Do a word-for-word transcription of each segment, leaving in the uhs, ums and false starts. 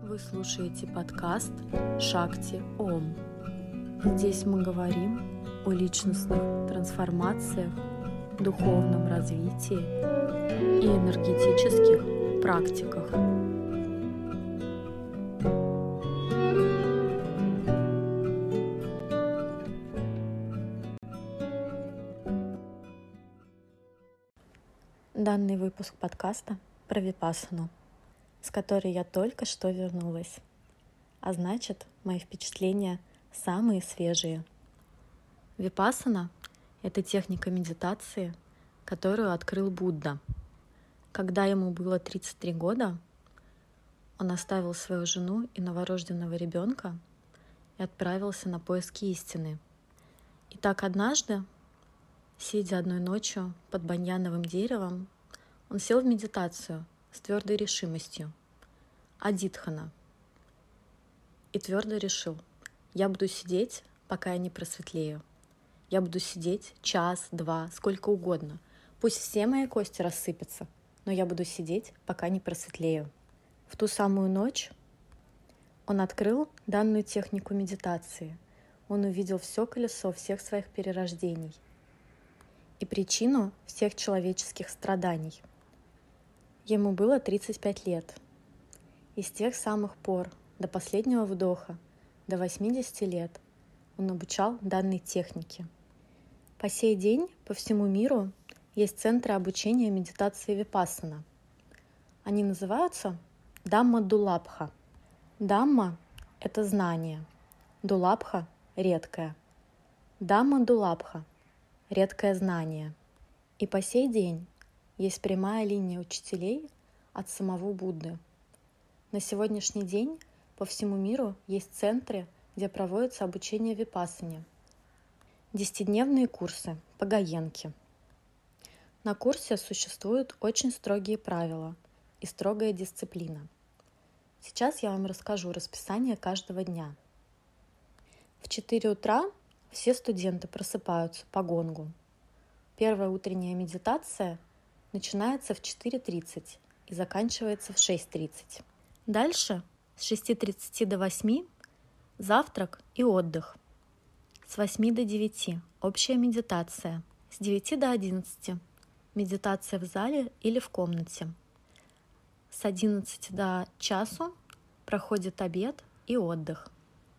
Вы слушаете подкаст «Шакти Ом». Здесь мы говорим о личностных трансформациях, духовном развитии и энергетических практиках. Данный выпуск подкаста про випассану, с которой я только что вернулась. А значит, мои впечатления самые свежие. Випассана — это техника медитации, которую открыл Будда. Когда ему было тридцать три года, он оставил свою жену и новорожденного ребенка и отправился на поиски истины. И так однажды, сидя одной ночью под баньяновым деревом, он сел в медитацию с твердой решимостью, адитхана, и твердо решил: я буду сидеть, пока я не просветлею. Я буду сидеть час, два, сколько угодно. Пусть все мои кости рассыпятся, но я буду сидеть, пока не просветлею. В ту самую ночь он открыл данную технику медитации. Он увидел все колесо всех своих перерождений и причину всех человеческих страданий. Ему было тридцать пять лет. И с тех самых пор до последнего вдоха, до восьмидесяти лет, он обучал данной технике. По сей день по всему миру есть центры обучения медитации випассана. Они называются Дамма-дулабха. Дамма — это знание, дулабха — редкое. Дамма-дулабха — редкое знание. И по сей день есть прямая линия учителей от самого Будды. На сегодняшний день по всему миру есть центры, где проводится обучение випассане. Десятидневные курсы по гаенке. На курсе существуют очень строгие правила и строгая дисциплина. Сейчас я вам расскажу расписание каждого дня. В четыре утра все студенты просыпаются по гонгу. Первая утренняя медитация начинается в четыре тридцать и заканчивается в шесть тридцать. Дальше с шести тридцати до восьми завтрак и отдых. С восьми до девяти общая медитация. С девяти до одиннадцати медитация в зале или в комнате. С одиннадцати до часу проходит обед и отдых.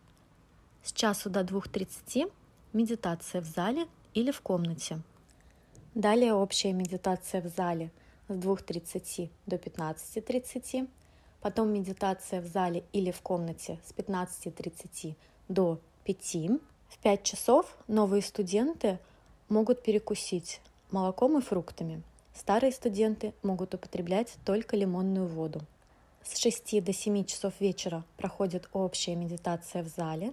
С часу до двух тридцати медитация в зале или в комнате. Далее общая медитация в зале с двух тридцати до пятнадцати тридцати, потом медитация в зале или в комнате с пятнадцати тридцати до пяти. В пять часов новые студенты могут перекусить молоком и фруктами. Старые студенты могут употреблять только лимонную воду. С шести до семи часов вечера проходит общая медитация в зале.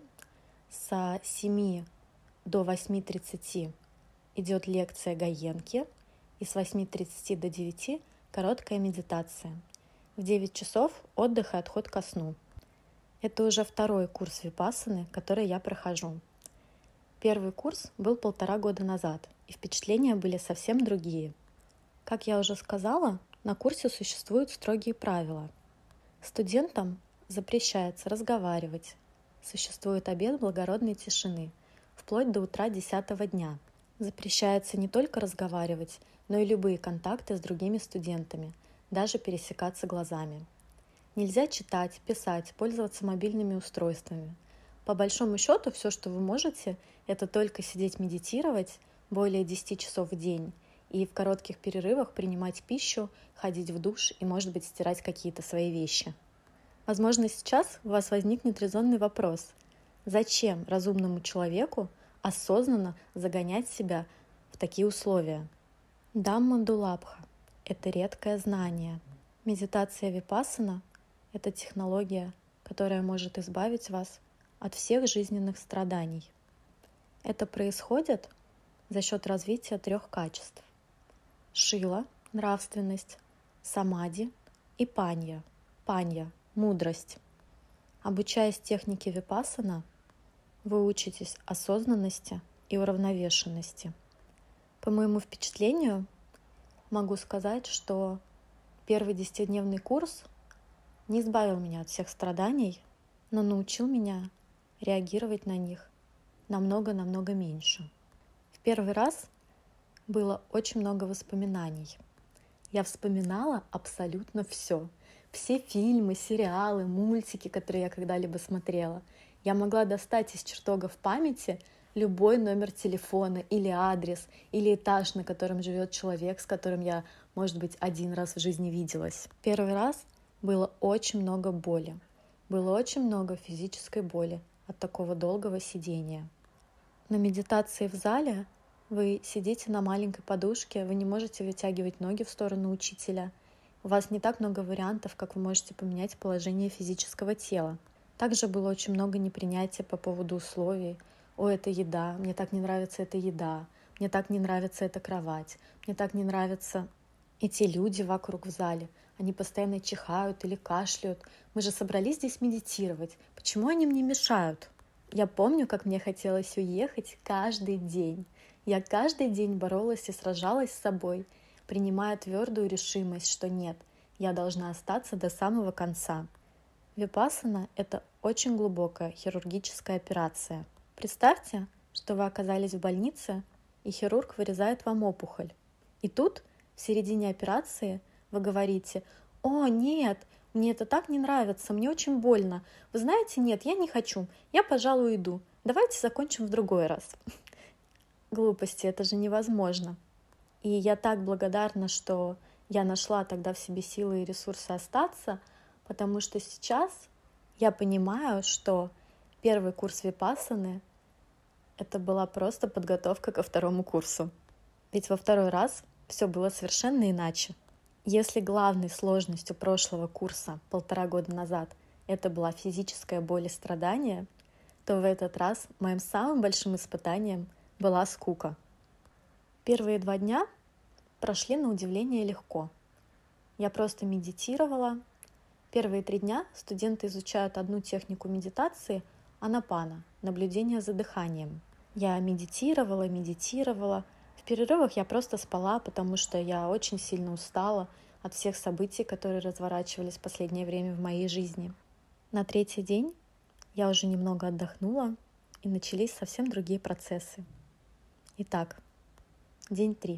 С семи до восьми тридцати идет лекция гаенки, и с восьми тридцати до девяти короткая медитация. В девять часов отдых и отход ко сну. Это уже второй курс випассаны, который я прохожу. Первый курс был полтора года назад, и впечатления были совсем другие. Как я уже сказала, на курсе существуют строгие правила. Студентам запрещается разговаривать. Существует обет благородной тишины, вплоть до утра десятого дня. Запрещается не только разговаривать, но и любые контакты с другими студентами, даже пересекаться глазами. Нельзя читать, писать, пользоваться мобильными устройствами. По большому счету, все, что вы можете, это только сидеть медитировать более десяти часов в день и в коротких перерывах принимать пищу, ходить в душ и, может быть, стирать какие-то свои вещи. Возможно, сейчас у вас возникнет резонный вопрос: зачем разумному человеку осознанно загонять себя в такие условия? Дамма-дулабха — это редкое знание. Медитация випассана — это технология, которая может избавить вас от всех жизненных страданий. Это происходит за счет развития трех качеств: шила — нравственность, самади и панья — панья — мудрость. Обучаясь технике випассана, вы учитесь осознанности и уравновешенности. По моему впечатлению, могу сказать, что первый десятидневный курс не избавил меня от всех страданий, но научил меня реагировать на них намного-намного меньше. В первый раз было очень много воспоминаний. Я вспоминала абсолютно все. Все фильмы, сериалы, мультики, которые я когда-либо смотрела. Я могла достать из чертогов памяти любой номер телефона или адрес, или этаж, на котором живет человек, с которым я, может быть, один раз в жизни виделась. Первый раз было очень много боли. Было очень много физической боли от такого долгого сидения. На медитации в зале вы сидите на маленькой подушке, вы не можете вытягивать ноги в сторону учителя. У вас не так много вариантов, как вы можете поменять положение физического тела. Также было очень много непринятия по поводу условий. О, это еда, мне так не нравится эта еда, мне так не нравится эта кровать, мне так не нравятся эти люди вокруг в зале. Они постоянно чихают или кашляют. Мы же собрались здесь медитировать. Почему они мне мешают? Я помню, как мне хотелось уехать каждый день. Я каждый день боролась и сражалась с собой, принимая твердую решимость, что нет, я должна остаться до самого конца. Випассана — это очень глубокая хирургическая операция. Представьте, что вы оказались в больнице, и хирург вырезает вам опухоль. И тут, в середине операции, вы говорите: «О, нет, мне это так не нравится, мне очень больно. Вы знаете, нет, я не хочу, я, пожалуй, уйду. Давайте закончим в другой раз». Глупости, это же невозможно. И я так благодарна, что я нашла тогда в себе силы и ресурсы остаться, потому что сейчас я понимаю, что первый курс випассаны — это была просто подготовка ко второму курсу. Ведь во второй раз все было совершенно иначе. Если главной сложностью прошлого курса полтора года назад это была физическая боль и страдания, то в этот раз моим самым большим испытанием была скука. Первые два дня прошли на удивление легко. Я просто медитировала. Первые три дня студенты изучают одну технику медитации — анапана, наблюдение за дыханием. Я медитировала, медитировала. В перерывах я просто спала, потому что я очень сильно устала от всех событий, которые разворачивались в последнее время в моей жизни. На третий день я уже немного отдохнула, и начались совсем другие процессы. Итак, день три.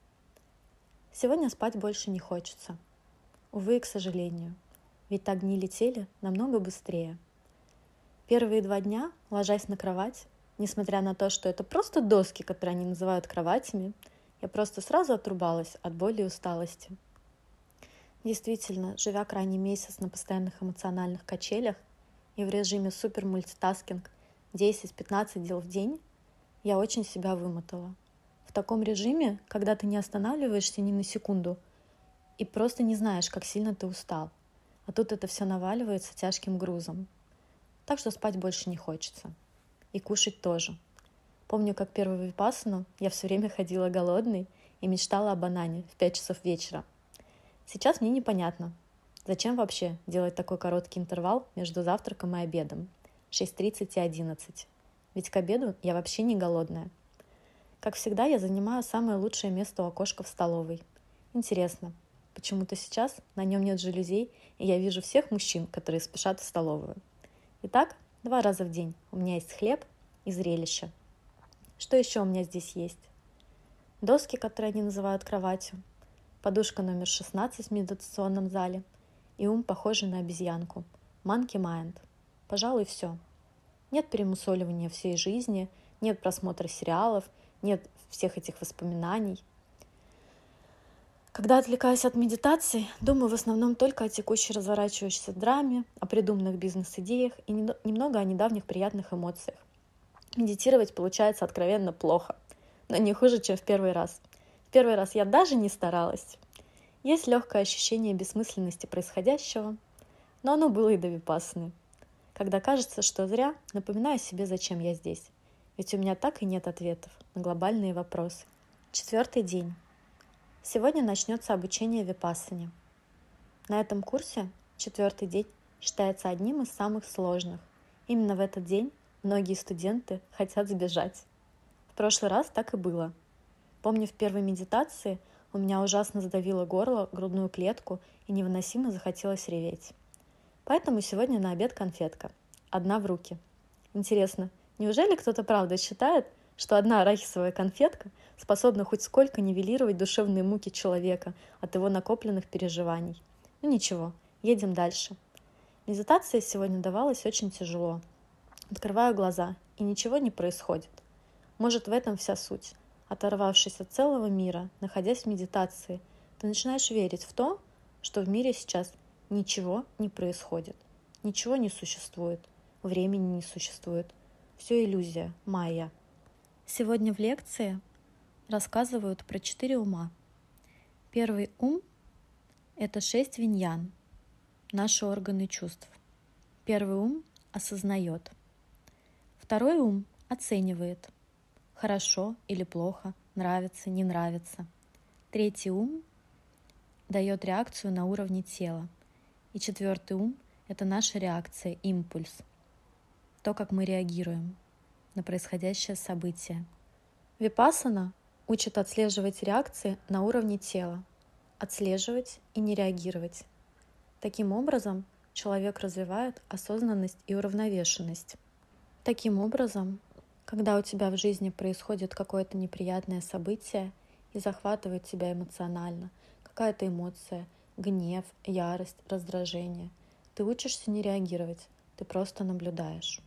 Сегодня спать больше не хочется. Увы и к сожалению, ведь так дни летели намного быстрее. Первые два дня, ложась на кровать, несмотря на то, что это просто доски, которые они называют кроватями, я просто сразу отрубалась от боли и усталости. Действительно, живя крайний месяц на постоянных эмоциональных качелях и в режиме супер-мультитаскинг десять-пятнадцать дел в день, я очень себя вымотала. В таком режиме, когда ты не останавливаешься ни на секунду и просто не знаешь, как сильно ты устал. А тут это все наваливается тяжким грузом. Так что спать больше не хочется. И кушать тоже. Помню, как первую випассану я все время ходила голодной и мечтала о банане в пять часов вечера. Сейчас мне непонятно, зачем вообще делать такой короткий интервал между завтраком и обедом шесть тридцать и одиннадцать. Ведь к обеду я вообще не голодная. Как всегда, я занимаю самое лучшее место у окошка в столовой. Интересно, почему-то сейчас на нем нет жалюзей, и я вижу всех мужчин, которые спешат в столовую. Итак, два раза в день у меня есть хлеб и зрелище. Что еще у меня здесь есть? Доски, которые они называют кроватью, подушка номер шестнадцать в медитационном зале и ум, похожий на обезьянку. Monkey Mind. Пожалуй, все. Нет перемусоливания всей жизни, нет просмотра сериалов, нет всех этих воспоминаний. Когда отвлекаюсь от медитации, думаю в основном только о текущей разворачивающейся драме, о придуманных бизнес-идеях и немного о недавних приятных эмоциях. Медитировать получается откровенно плохо, но не хуже, чем в первый раз. В первый раз я даже не старалась. Есть легкое ощущение бессмысленности происходящего, но оно было и до випассаны. Когда кажется, что зря, напоминаю себе, зачем я здесь. Ведь у меня так и нет ответов на глобальные вопросы. Четвертый день. Сегодня начнется обучение випассане. На этом курсе четвертый день считается одним из самых сложных. Именно в этот день многие студенты хотят сбежать. В прошлый раз так и было. Помню, в первой медитации у меня ужасно сдавило горло, грудную клетку и невыносимо захотелось реветь. Поэтому сегодня на обед конфетка. Одна в руки. Интересно, неужели кто-то правда считает, что одна арахисовая конфетка способна хоть сколько нивелировать душевные муки человека от его накопленных переживаний? Ну ничего, едем дальше. Медитация сегодня давалась очень тяжело. Открываю глаза, и ничего не происходит. Может, в этом вся суть. Оторвавшись от целого мира, находясь в медитации, ты начинаешь верить в то, что в мире сейчас ничего не происходит, ничего не существует, времени не существует. Все иллюзия, майя. Сегодня в лекции рассказывают про четыре ума. Первый ум – это шесть виньян, наши органы чувств. Первый ум осознает. Второй ум оценивает. Хорошо или плохо, нравится, не нравится. Третий ум дает реакцию на уровне тела. И четвертый ум – это наша реакция, импульс. То, как мы реагируем на происходящее событие. Випассана учит отслеживать реакции на уровне тела, отслеживать и не реагировать. Таким образом, человек развивает осознанность и уравновешенность. Таким образом, когда у тебя в жизни происходит какое-то неприятное событие и захватывает тебя эмоционально, какая-то эмоция, гнев, ярость, раздражение, ты учишься не реагировать, ты просто наблюдаешь.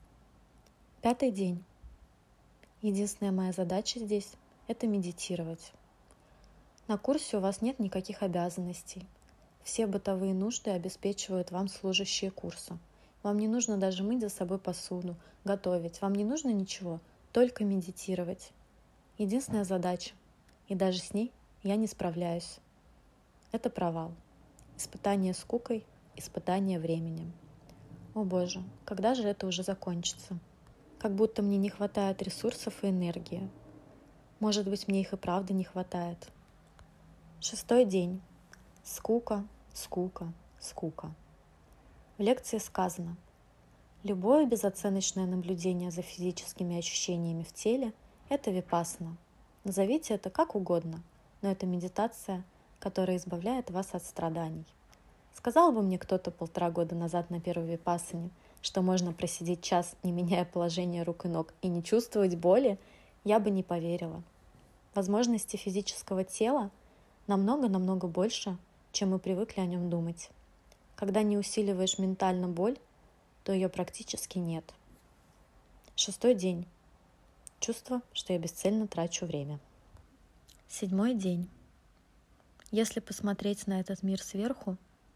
Пятый день. Единственная моя задача здесь – это медитировать. На курсе у вас нет никаких обязанностей. Все бытовые нужды обеспечивают вам служащие курса. Вам не нужно даже мыть за собой посуду, готовить. Вам не нужно ничего, только медитировать. Единственная задача, и даже с ней я не справляюсь. Это провал. Испытание скукой, испытание временем. О Боже, когда же это уже закончится? Как будто мне не хватает ресурсов и энергии. Может быть, мне их и правда не хватает. Шестой день. Скука, скука, скука. В лекции сказано: любое безоценочное наблюдение за физическими ощущениями в теле – это випассана. Назовите это как угодно, но это медитация, которая избавляет вас от страданий. Сказал бы мне кто-то полтора года назад на первой випассане, что можно просидеть час, не меняя положение рук и ног, и не чувствовать боли, я бы не поверила. Возможности физического тела намного-намного больше, чем мы привыкли о нем думать. Когда не усиливаешь ментально боль, то ее практически нет. Шестой день. Чувство, что я бесцельно трачу время. Седьмой день. Если посмотреть на этот мир сверху,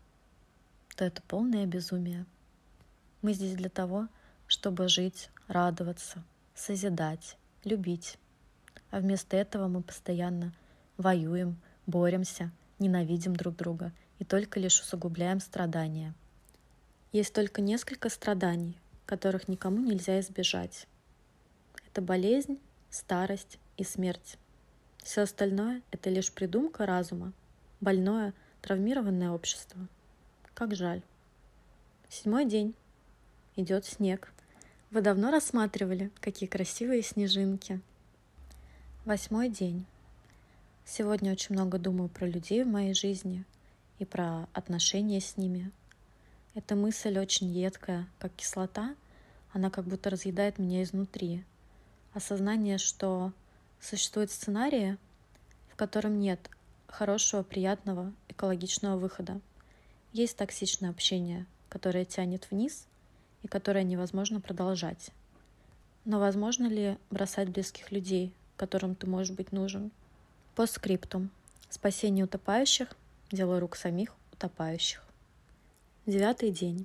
то это полное безумие. Мы здесь для того, чтобы жить, радоваться, созидать, любить. А вместо этого мы постоянно воюем, боремся, ненавидим друг друга и только лишь усугубляем страдания. Есть только несколько страданий, которых никому нельзя избежать. Это болезнь, старость и смерть. Все остальное – это лишь придумка разума, больное, травмированное общество. Как жаль. Седьмой день. Идет снег. Вы давно рассматривали, какие красивые снежинки? Восьмой день. Сегодня очень много думаю про людей в моей жизни и про отношения с ними. Эта мысль очень едкая, как кислота, она как будто разъедает меня изнутри. Осознание, что существуют сценарии, в котором нет хорошего, приятного, экологичного выхода. Есть токсичное общение, которое тянет вниз и которое невозможно продолжать. Но возможно ли бросать близких людей, которым ты можешь быть нужен? Постскриптум. Спасение утопающих – дело рук самих утопающих. Девятый день.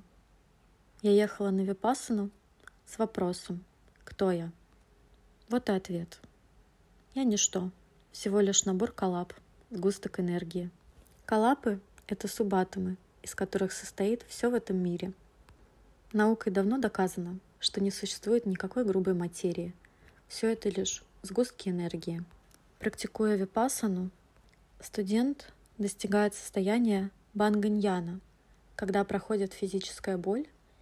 Я ехала на випассану с вопросом: кто я? Вот и ответ. Я ничто, всего лишь набор калап, сгусток энергии. Калапы – это субатомы, из которых состоит все в этом мире. Наукой давно доказано, что не существует никакой грубой материи. Все это лишь сгустки энергии. Практикуя випассану, студент достигает состояния банганьяна, когда проходит физическая боль,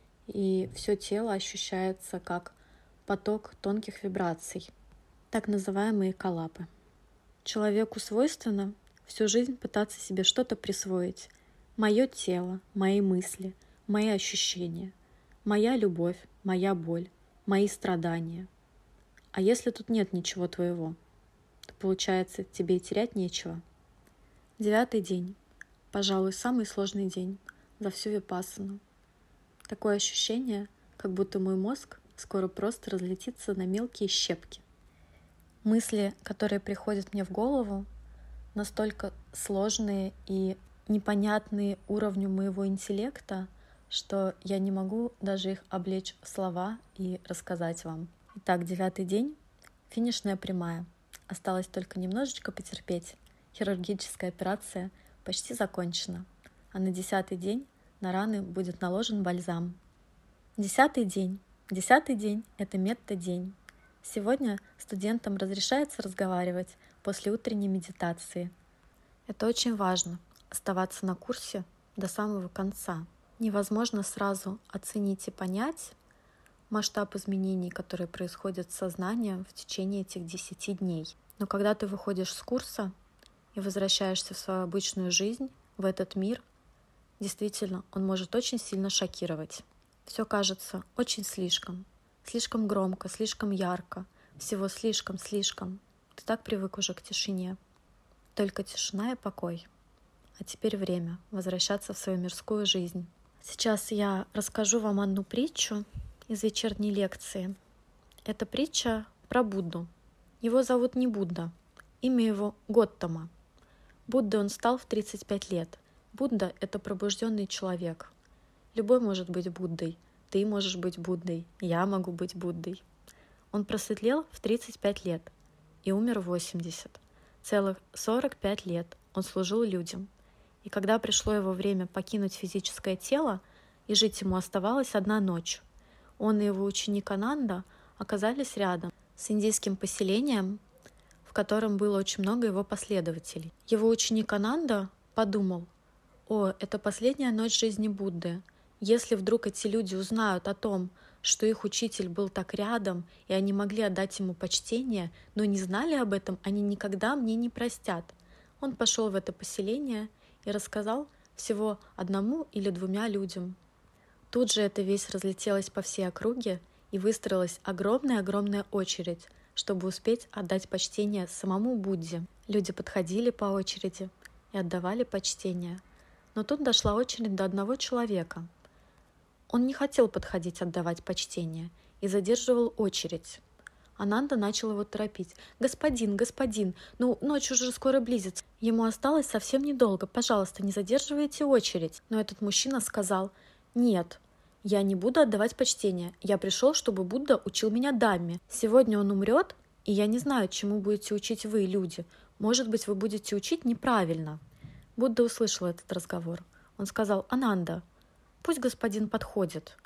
и все тело ощущается как поток тонких вибраций, так называемые калапы. Человеку свойственно всю жизнь пытаться себе что-то присвоить. Мое тело, мои мысли, мои ощущения, моя любовь, моя боль, мои страдания. А если тут нет ничего твоего, то получается, тебе и терять нечего. Девятый день. Пожалуй, самый сложный день за всю випассану. Такое ощущение, как будто мой мозг скоро просто разлетится на мелкие щепки. Мысли, которые приходят мне в голову, настолько сложные и непонятные уровню моего интеллекта, что я не могу даже их облечь в слова и рассказать вам. Итак, девятый день, финишная прямая. Осталось только немножечко потерпеть. Хирургическая операция почти закончена. А на десятый день на раны будет наложен бальзам. Десятый день. Десятый день — это мета-день. Сегодня студентам разрешается разговаривать после утренней медитации. Это очень важно — оставаться на курсе до самого конца. Невозможно сразу оценить и понять масштаб изменений, которые происходят с сознанием в течение этих десяти дней. Но когда ты выходишь с курса и возвращаешься в свою обычную жизнь, в этот мир, действительно, он может очень сильно шокировать. Все кажется очень слишком, слишком громко, слишком ярко, всего слишком-слишком. Ты так привык уже к тишине. Только тишина и покой. А теперь время возвращаться в свою мирскую жизнь. Сейчас я расскажу вам одну притчу из вечерней лекции. Это притча про Будду. Его зовут не Будда, имя его Готтама. Буддой он стал в тридцать пять лет. Будда — это пробужденный человек. Любой может быть Буддой. Ты можешь быть Буддой. Я могу быть Буддой. Он просветлел в тридцать пять лет и умер в восемьдесят. Целых сорок пять лет он служил людям. И когда пришло его время покинуть физическое тело, и жить ему оставалась одна ночь, он и его ученик Ананда оказались рядом с индийским поселением, в котором было очень много его последователей. Его ученик Ананда подумал: «О, это последняя ночь жизни Будды. Если вдруг эти люди узнают о том, что их учитель был так рядом, и они могли отдать ему почтение, но не знали об этом, они никогда мне не простят». Он пошел в это поселение и рассказал всего одному или двумя людям. Тут же эта весть разлетелась по всей округе, и выстроилась огромная-огромная очередь, чтобы успеть отдать почтение самому Будде. Люди подходили по очереди и отдавали почтение. Но тут дошла очередь до одного человека. Он не хотел подходить отдавать почтение и задерживал очередь. Ананда начал его торопить. «Господин, господин, ну ночь уже скоро близится. Ему осталось совсем недолго. Пожалуйста, не задерживайте очередь». Но этот мужчина сказал: «Нет, я не буду отдавать почтение. Я пришел, чтобы Будда учил меня Дамме. Сегодня он умрет, и я не знаю, чему будете учить вы, люди. Может быть, вы будете учить неправильно». Будда услышал этот разговор. Он сказал: «Ананда, пусть господин подходит».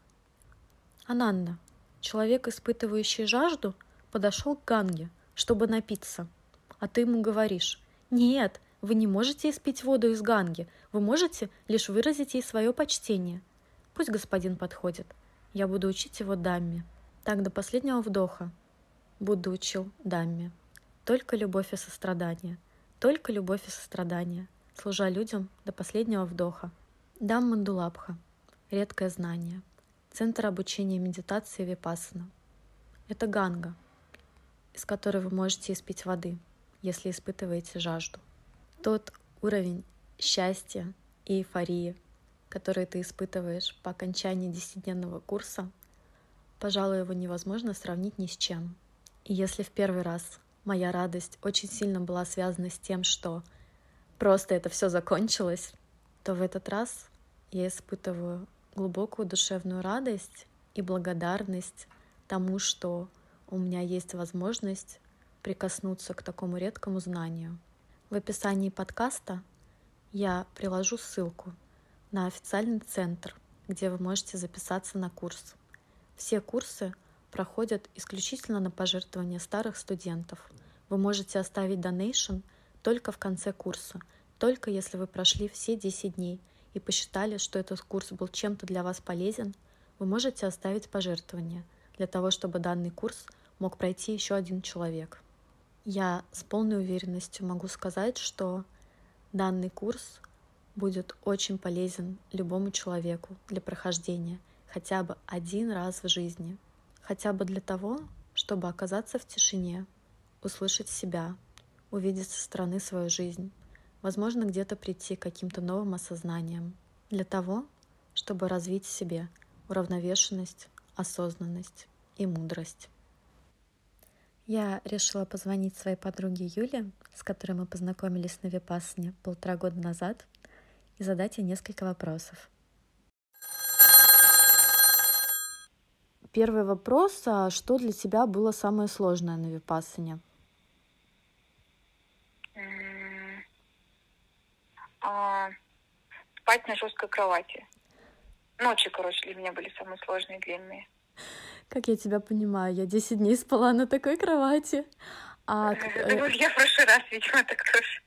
Ананда, человек, испытывающий жажду, подошел к Ганге, чтобы напиться. А ты ему говоришь: «Нет, вы не можете испить воду из Ганги, вы можете лишь выразить ей свое почтение». Пусть господин подходит, я буду учить его Дамме. Так до последнего вдоха Будда учил Дамме. Только любовь и сострадание, только любовь и сострадание, служа людям до последнего вдоха. Даммандулабха — редкое знание, центр обучения медитации випассана. Это Ганга, из которой вы можете испить воды, если испытываете жажду. Тот уровень счастья и эйфории, который ты испытываешь по окончании десятидневного курса, пожалуй, его невозможно сравнить ни с чем. И если в первый раз моя радость очень сильно была связана с тем, что просто это все закончилось, то в этот раз я испытываю глубокую душевную радость и благодарность тому, что у меня есть возможность прикоснуться к такому редкому знанию. В описании подкаста я приложу ссылку на официальный центр, где вы можете записаться на курс. Все курсы проходят исключительно на пожертвования старых студентов. Вы можете оставить донейшн только в конце курса, только если вы прошли все десять дней и посчитали, что этот курс был чем-то для вас полезен, вы можете оставить пожертвование для того, чтобы данный курс мог пройти еще один человек. Я с полной уверенностью могу сказать, что данный курс будет очень полезен любому человеку для прохождения хотя бы один раз в жизни. Хотя бы для того, чтобы оказаться в тишине, услышать себя, увидеть со стороны свою жизнь, возможно, где-то прийти к каким-то новым осознаниям. Для того, чтобы развить в себе уравновешенность, осознанность и мудрость. Я решила позвонить своей подруге Юле, с которой мы познакомились на Випассане полтора года назад, и задать ей несколько вопросов. Первый вопрос: а что для тебя было самое сложное на Випассане? М, а, Спать на жесткой кровати. Ночи, короче, для меня были самые сложные, длинные. Как я тебя понимаю, я десять дней спала на такой кровати. А, Это вот я в прошлый раз, видимо, так тоже.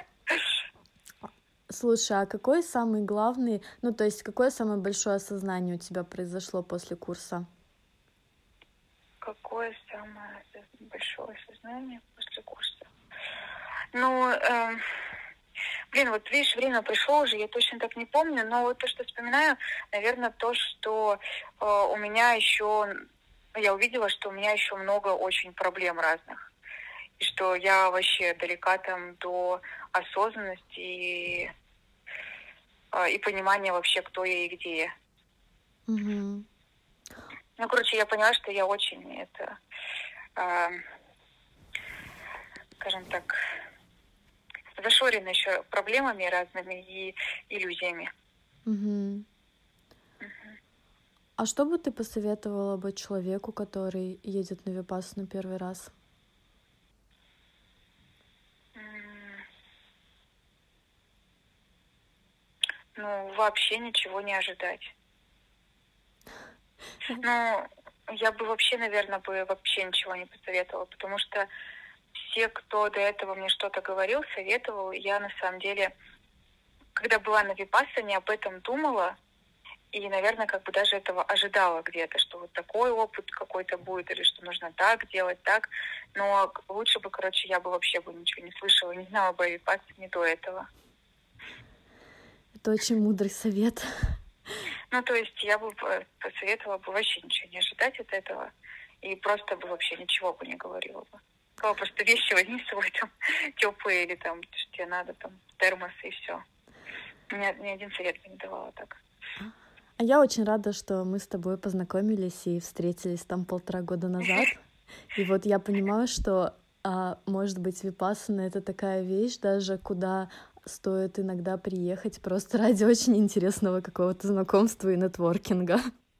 Слушай, а какой самый главный, ну то есть какое самое большое осознание у тебя произошло после курса? Какое самое большое осознание после курса? Ну, э, блин, вот видишь, время пришло уже, я точно так не помню, но вот то, что вспоминаю, наверное, то, что э, у меня еще, я увидела, что у меня еще много очень проблем разных. И что я вообще далека там до осознанности и, и понимания вообще, кто я и где я. Угу. Ну, короче, я поняла, что я очень, это, э, скажем так, зашорена еще проблемами разными и иллюзиями. Угу. Угу. А что бы ты посоветовала бы человеку, который едет на Випассану первый раз? Ну, вообще ничего не ожидать. Ну, я бы вообще, наверное, бы вообще ничего не посоветовала, потому что все, кто до этого мне что-то говорил, советовал, я на самом деле, когда была на Випассане, об этом думала, и, наверное, как бы даже этого ожидала где-то, что вот такой опыт какой-то будет, или что нужно так делать, так. Но лучше бы, короче, я бы вообще бы ничего не слышала, не знала бы о Випассане до этого. Это очень мудрый совет. Ну, то есть я бы посоветовала бы вообще ничего не ожидать от этого, и просто бы вообще ничего бы не говорила бы. Сказала, просто вещи возьми с собой там теплые, или там, что тебе надо, там, термос, и все. Ни, ни один совет бы не давала так. А я очень рада, что мы с тобой познакомились и встретились там полтора года назад. И вот я понимаю, что, а, может быть, Випассана — это такая вещь даже, куда стоит иногда приехать просто ради очень интересного какого-то знакомства и нетворкинга.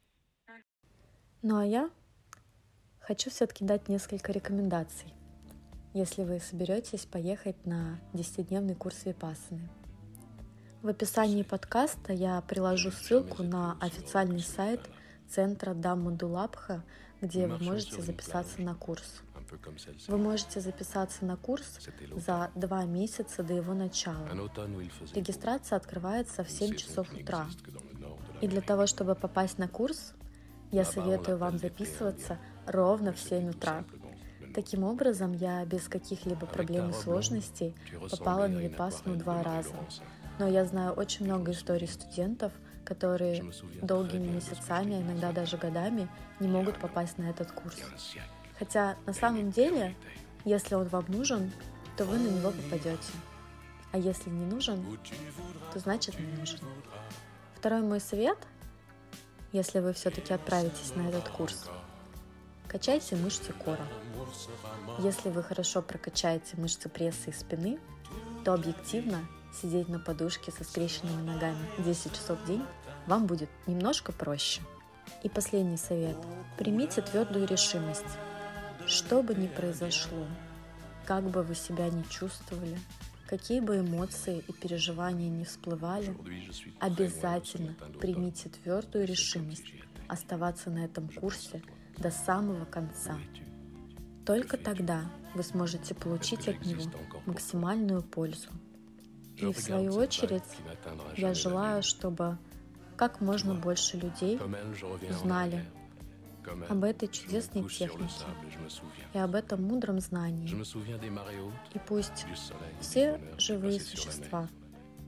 Ну а я хочу все-таки дать несколько рекомендаций, если вы соберетесь поехать на десятидневный курс Випассаны. В описании подкаста я приложу ссылку на официальный сайт центра Дамма-Дулабха, где вы можете записаться на курс. Вы можете записаться на курс за два месяца до его начала. Регистрация открывается в семь часов утра. И для того, чтобы попасть на курс, я советую вам записываться ровно в семь утра. Таким образом, я без каких-либо проблем и сложностей попала на Випассану два раза. Но я знаю очень много историй студентов, которые долгими месяцами, иногда даже годами, не могут попасть на этот курс. Хотя на самом деле, если он вам нужен, то вы на него попадете. А если не нужен, то значит не нужен. Второй мой совет, если вы все-таки отправитесь на этот курс: качайте мышцы кора. Если вы хорошо прокачаете мышцы пресса и спины, то объективно сидеть на подушке со скрещенными ногами десять часов в день вам будет немножко проще. И последний совет. Примите твердую решимость. Что бы ни произошло, как бы вы себя ни чувствовали, какие бы эмоции и переживания ни всплывали, обязательно примите твердую решимость оставаться на этом курсе до самого конца. Только тогда вы сможете получить от него максимальную пользу. И в свою очередь я желаю, чтобы как можно больше людей узнали об этой чудесной технике и об этом мудром знании. И пусть все живые существа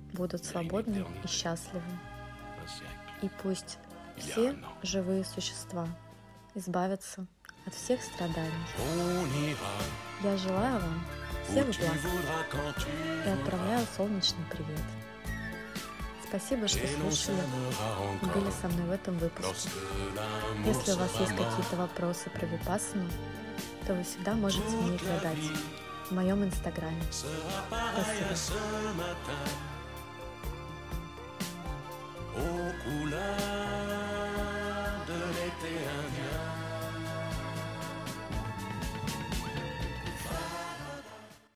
будут свободны и счастливы. И пусть все живые существа избавятся от всех страданий. Я желаю вам всех благ и отправляю солнечный привет. Спасибо, что слушали и были со мной в этом выпуске. Если у вас есть какие-то вопросы про випассану, то вы всегда можете мне их задать в моем инстаграме. Спасибо.